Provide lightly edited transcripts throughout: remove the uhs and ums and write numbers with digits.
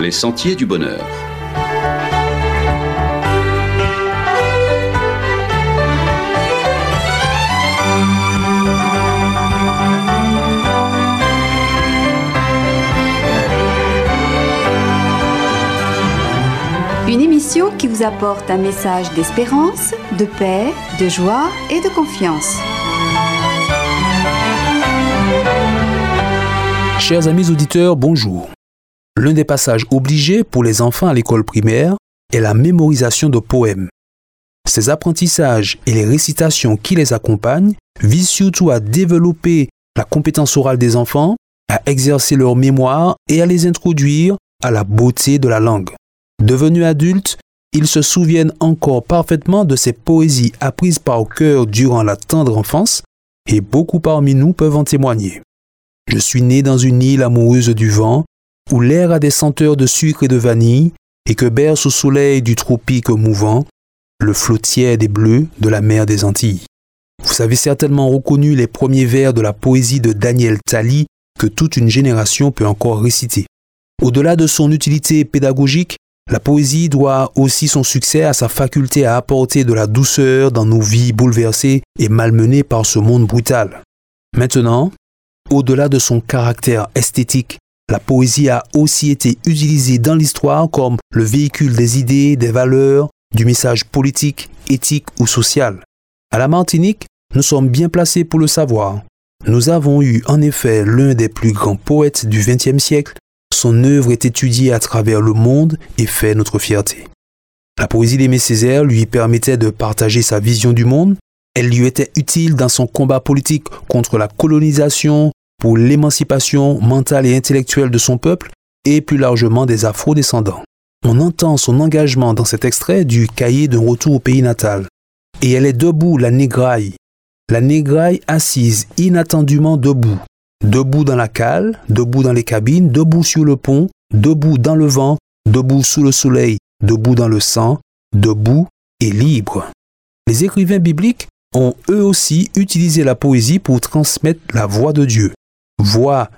les sentiers du bonheur. Une émission qui vous apporte un message d'espérance, de paix, de joie et de confiance. Chers amis auditeurs, bonjour. L'un des passages obligés pour les enfants à l'école primaire est la mémorisation de poèmes. Ces apprentissages et les récitations qui les accompagnent visent surtout à développer la compétence orale des enfants, à exercer leur mémoire et à les introduire à la beauté de la langue. Devenus adultes, ils se souviennent encore parfaitement de ces poésies apprises par cœur durant la tendre enfance et beaucoup parmi nous peuvent en témoigner. Je suis né dans une île amoureuse du vent où l'air a des senteurs de sucre et de vanille et que berce au soleil du tropique mouvant le flot tiède et bleu de la mer des Antilles. Vous avez certainement reconnu les premiers vers de la poésie de Daniel Talley que toute une génération peut encore réciter. Au-delà de son utilité pédagogique, la poésie doit aussi son succès à sa faculté à apporter de la douceur dans nos vies bouleversées et malmenées par ce monde brutal. Maintenant, au-delà de son caractère esthétique, la poésie a aussi été utilisée dans l'histoire comme le véhicule des idées, des valeurs, du message politique, éthique ou social. À la Martinique, nous sommes bien placés pour le savoir. Nous avons eu en effet l'un des plus grands poètes du XXe siècle. Son œuvre est étudiée à travers le monde et fait notre fierté. La poésie d'Aimé Césaire lui permettait de partager sa vision du monde. Elle lui était utile dans son combat politique contre la colonisation, pour l'émancipation mentale et intellectuelle de son peuple et plus largement des Afro-descendants. On entend son engagement dans cet extrait du cahier d'un retour au pays natal. Et elle est debout, la négraille. La négraille assise inattendument debout. Debout dans la cale, debout dans les cabines, debout sur le pont, debout dans le vent, debout sous le soleil, debout dans le sang, debout et libre. Les écrivains bibliques ont eux aussi utilisé la poésie pour transmettre la voix de Dieu. Voix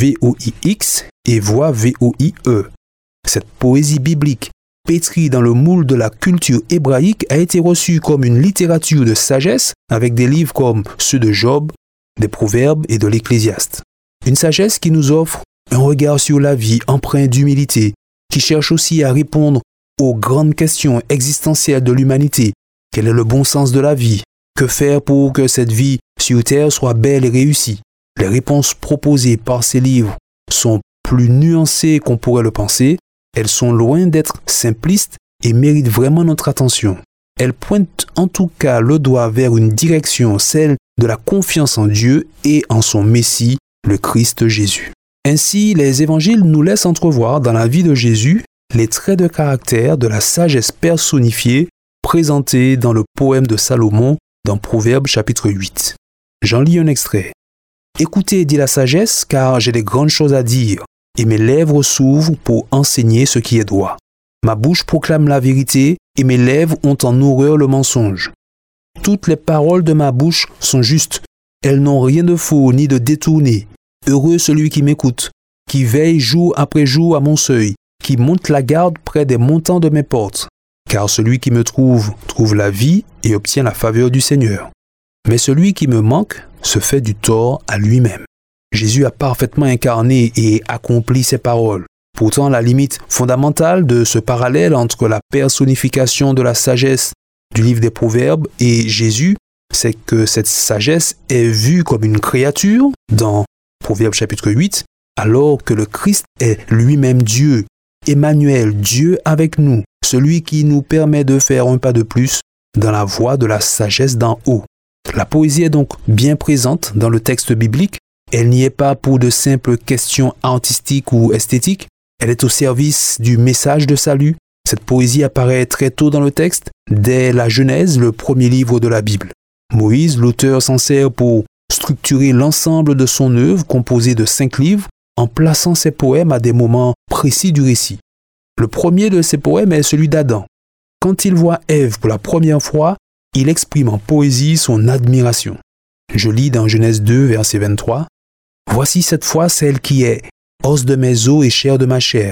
V-O-I-X et voix V-O-I-E. Cette poésie biblique, pétrie dans le moule de la culture hébraïque, a été reçue comme une littérature de sagesse avec des livres comme ceux de Job, des Proverbes et de l'Ecclésiaste. Une sagesse qui nous offre un regard sur la vie empreint d'humilité, qui cherche aussi à répondre aux grandes questions existentielles de l'humanité. Quel est le bon sens de la vie? Que faire pour que cette vie sur Terre soit belle et réussie? Les réponses proposées par ces livres sont plus nuancées qu'on pourrait le penser. Elles sont loin d'être simplistes et méritent vraiment notre attention. Elles pointent en tout cas le doigt vers une direction, celle de la confiance en Dieu et en son Messie, le Christ Jésus. Ainsi, les évangiles nous laissent entrevoir dans la vie de Jésus les traits de caractère de la sagesse personnifiée présentée dans le poème de Salomon dans Proverbes chapitre 8. J'en lis un extrait. « Écoutez, dit la sagesse, car j'ai des grandes choses à dire, et mes lèvres s'ouvrent pour enseigner ce qui est droit. Ma bouche proclame la vérité, et mes lèvres ont en horreur le mensonge. Toutes les paroles de ma bouche sont justes, elles n'ont rien de faux ni de détourné. Heureux celui qui m'écoute, qui veille jour après jour à mon seuil, qui monte la garde près des montants de mes portes. Car celui qui me trouve la vie et obtient la faveur du Seigneur. Mais celui qui me manque se fait du tort à lui-même. » Jésus a parfaitement incarné et accompli ses paroles. Pourtant, la limite fondamentale de ce parallèle entre la personnification de la sagesse du livre des Proverbes et Jésus, c'est que cette sagesse est vue comme une créature dans Proverbes chapitre 8, alors que le Christ est lui-même Dieu, Emmanuel, Dieu avec nous, celui qui nous permet de faire un pas de plus dans la voie de la sagesse d'en haut. La poésie est donc bien présente dans le texte biblique. Elle n'y est pas pour de simples questions artistiques ou esthétiques. Elle est au service du message de salut. Cette poésie apparaît très tôt dans le texte, dès la Genèse, le premier livre de la Bible. Moïse, l'auteur, s'en sert pour structurer l'ensemble de son œuvre composée de 5 livres en plaçant ses poèmes à des moments précis du récit. Le premier de ces poèmes est celui d'Adam. Quand il voit Ève pour la première fois, il exprime en poésie son admiration. Je lis dans Genèse 2, verset 23. « Voici cette fois celle qui est os de mes os et chair de ma chair.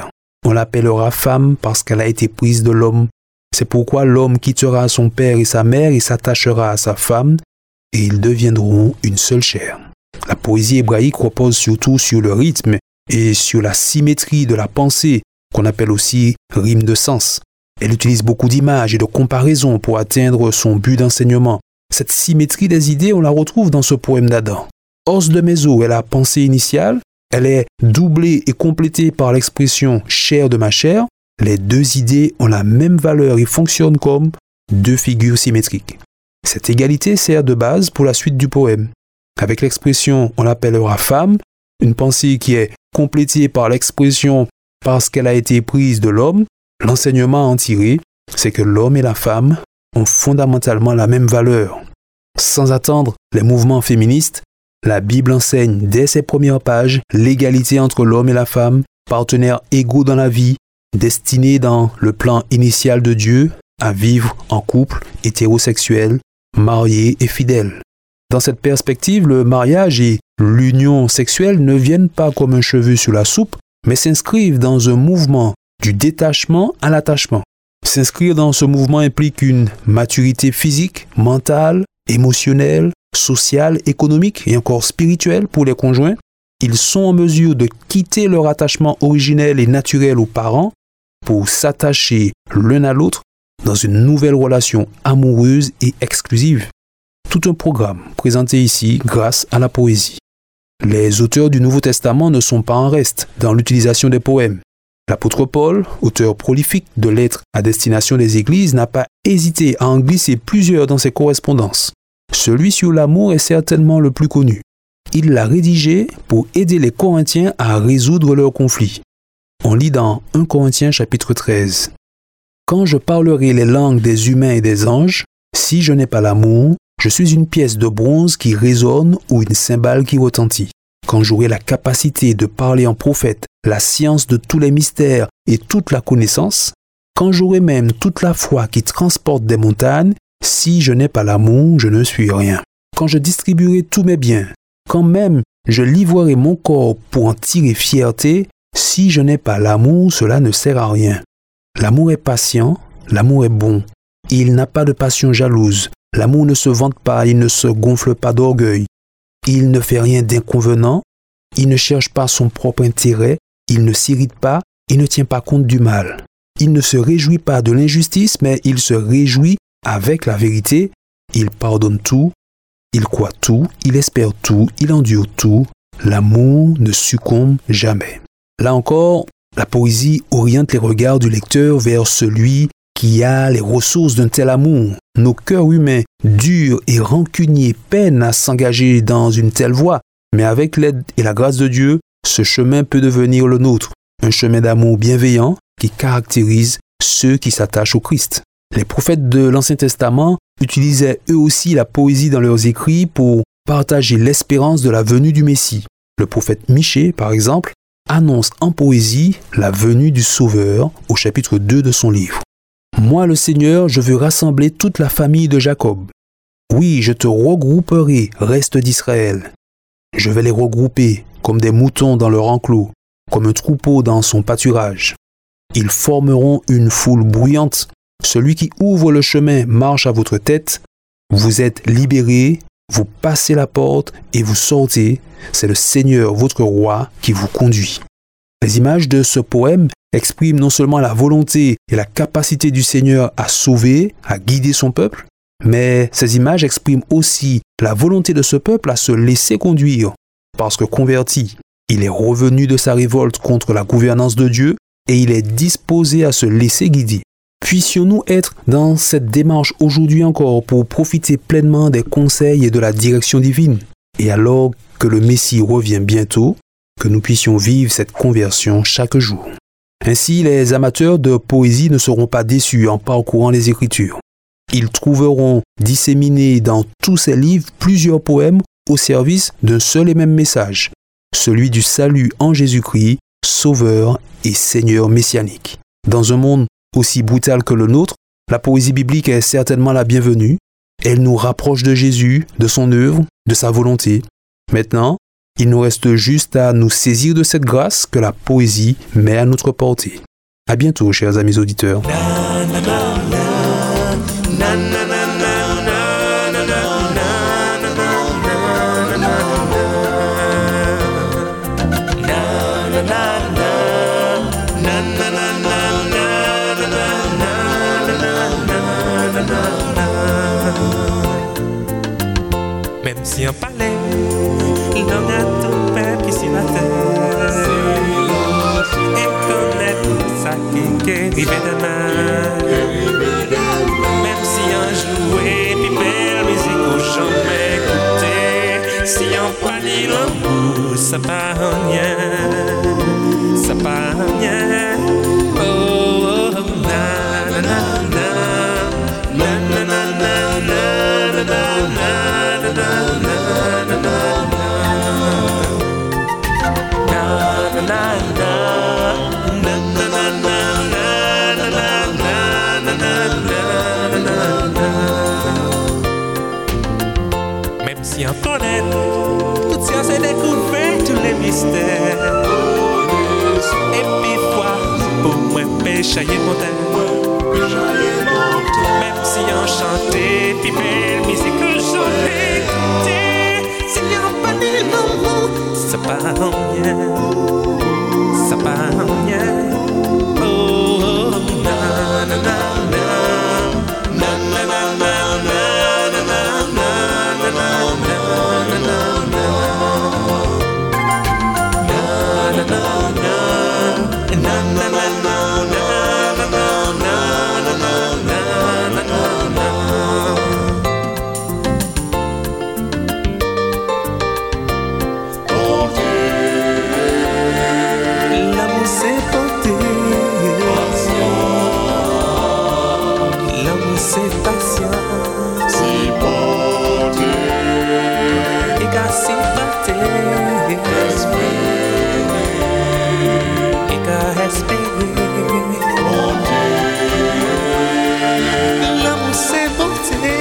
on l'appellera femme parce qu'elle a été prise de l'homme. C'est pourquoi l'homme quittera son père et sa mère et s'attachera à sa femme, et ils deviendront une seule chair. La poésie hébraïque repose surtout sur le rythme et sur la symétrie de la pensée, qu'on appelle aussi rime de sens. Elle utilise beaucoup d'images et de comparaisons pour atteindre son but d'enseignement. Cette symétrie des idées, on la retrouve dans ce poème d'Adam. Os de mes os est la pensée initiale, elle est doublée et complétée par l'expression chair de ma chair. Les deux idées ont la même valeur et fonctionnent comme deux figures symétriques. Cette égalité sert de base pour la suite du poème. Avec l'expression on l'appellera femme, une pensée qui est complétée par l'expression parce qu'elle a été prise de l'homme, l'enseignement à en tirer, c'est que l'homme et la femme ont fondamentalement la même valeur. Sans attendre les mouvements féministes, la Bible enseigne dès ses premières pages l'égalité entre l'homme et la femme, partenaires égaux dans la vie, destinés dans le plan initial de Dieu à vivre en couple hétérosexuel, mariés et fidèles. Dans cette perspective, le mariage et l'union sexuelle ne viennent pas comme un cheveu sur la soupe, mais s'inscrivent dans un mouvement du détachement à l'attachement. S'inscrire dans ce mouvement implique une maturité physique, mentale, émotionnelle, sociale, économique et encore spirituelle pour les conjoints. Ils sont en mesure de quitter leur attachement originel et naturel aux parents pour s'attacher l'un à l'autre dans une nouvelle relation amoureuse et exclusive. Tout un programme présenté ici grâce à la poésie. Les auteurs du Nouveau Testament ne sont pas en reste dans l'utilisation des poèmes. L'apôtre Paul, auteur prolifique de lettres à destination des églises, n'a pas hésité à en glisser plusieurs dans ses correspondances. Celui sur l'amour est certainement le plus connu. Il l'a rédigé pour aider les Corinthiens à résoudre leurs conflits. On lit dans 1 Corinthiens chapitre 13. « Quand je parlerai les langues des humains et des anges, si je n'ai pas l'amour, je suis une pièce de bronze qui résonne ou une cymbale qui retentit. Quand j'aurai la capacité de parler en prophète, la science de tous les mystères et toute la connaissance, quand j'aurai même toute la foi qui transporte des montagnes, si je n'ai pas l'amour, je ne suis rien. Quand je distribuerai tous mes biens, quand même je livrerai mon corps pour en tirer fierté, si je n'ai pas l'amour, cela ne sert à rien. L'amour est patient, l'amour est bon. Il n'a pas de passion jalouse. L'amour ne se vante pas, il ne se gonfle pas d'orgueil. Il ne fait rien d'inconvenant, il ne cherche pas son propre intérêt, il ne s'irrite pas, il ne tient pas compte du mal. Il ne se réjouit pas de l'injustice, mais il se réjouit avec la vérité. Il pardonne tout, il croit tout, il espère tout, il endure tout. L'amour ne succombe jamais. Là encore, la poésie oriente les regards du lecteur vers celui qui a les ressources d'un tel amour. Nos cœurs humains, durs et rancuniers, peinent à s'engager dans une telle voie, mais avec l'aide et la grâce de Dieu, ce chemin peut devenir le nôtre, un chemin d'amour bienveillant qui caractérise ceux qui s'attachent au Christ. Les prophètes de l'Ancien Testament utilisaient eux aussi la poésie dans leurs écrits pour partager l'espérance de la venue du Messie. Le prophète Michée, par exemple, annonce en poésie la venue du Sauveur au chapitre 2 de son livre. Moi, le Seigneur, je veux rassembler toute la famille de Jacob. Oui, je te regrouperai, reste d'Israël. Je vais les regrouper comme des moutons dans leur enclos, comme un troupeau dans son pâturage. Ils formeront une foule bruyante. Celui qui ouvre le chemin marche à votre tête. Vous êtes libérés, vous passez la porte et vous sortez. C'est le Seigneur, votre roi, qui vous conduit. Les images de ce poème expriment non seulement la volonté et la capacité du Seigneur à sauver, à guider son peuple, mais ces images expriment aussi la volonté de ce peuple à se laisser conduire. Parce que converti, il est revenu de sa révolte contre la gouvernance de Dieu et il est disposé à se laisser guider. Puissions-nous être dans cette démarche aujourd'hui encore pour profiter pleinement des conseils et de la direction divine. Et alors que le Messie revient bientôt, que nous puissions vivre cette conversion chaque jour. Ainsi, les amateurs de poésie ne seront pas déçus en parcourant les Écritures. Ils trouveront disséminés dans tous ces livres plusieurs poèmes au service d'un seul et même message, celui du salut en Jésus-Christ, Sauveur et Seigneur messianique. Dans un monde aussi brutal que le nôtre, la poésie biblique est certainement la bienvenue. Elle nous rapproche de Jésus, de son œuvre, de sa volonté. Maintenant, il nous reste juste à nous saisir de cette grâce que la poésie met à notre portée. À bientôt, chers amis auditeurs. Même si on parlait, il en a tout père qui s'y la terre. Et connaît tout ça qui est arrivé demain. Même si on jouait, puis belle musique ou jamais écouté. Si on parlait l'amour, ça part en rien. Ça part en rien. Oh, oh, oh, na na na na. Na na na na na na na na na. Même si on connaît toute science et découvert tous les mystères. Et puis fois pour moi péchailler mon terre. Même si on chantait puis belle musique que j'aurais écouté. Si on parlait l'amour, ça part en rien. Ça part en rien. Oh, oh, na na na na. Na na na na na na na na na na na na. Na na na na. Na na na na na na na na na. L'amour c'est porté, l'amour c'est patient, c'est porté, et qu'à s'y battre, et qu'à espérer. L'amour c'est porté,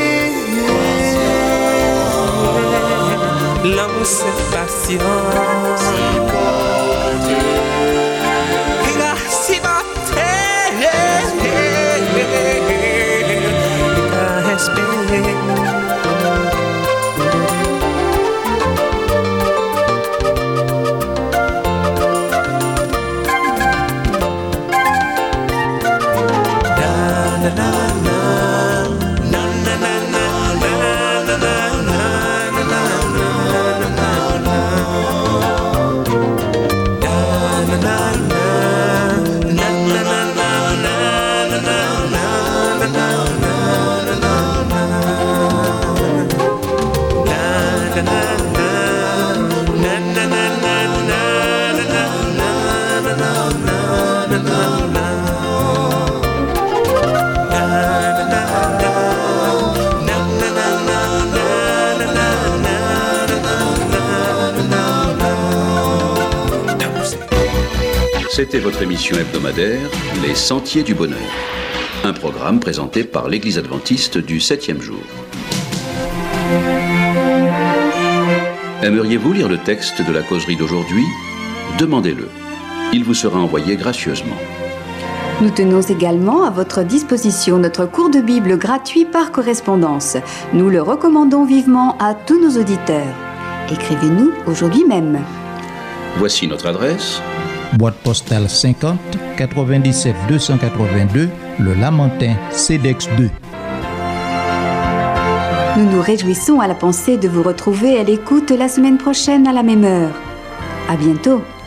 l'amour c'est patient, c'est porté. C'était votre émission hebdomadaire, Les Sentiers du Bonheur. Un programme présenté par l'Église adventiste du 7e jour. Aimeriez-vous lire le texte de la causerie d'aujourd'hui ? Demandez-le. Il vous sera envoyé gracieusement. Nous tenons également à votre disposition notre cours de Bible gratuit par correspondance. Nous le recommandons vivement à tous nos auditeurs. Écrivez-nous aujourd'hui même. Voici notre adresse. Boîte postale 50 97 282, Le Lamentin, CEDEX 2. Nous nous réjouissons à la pensée de vous retrouver à l'écoute la semaine prochaine à la même heure. À bientôt.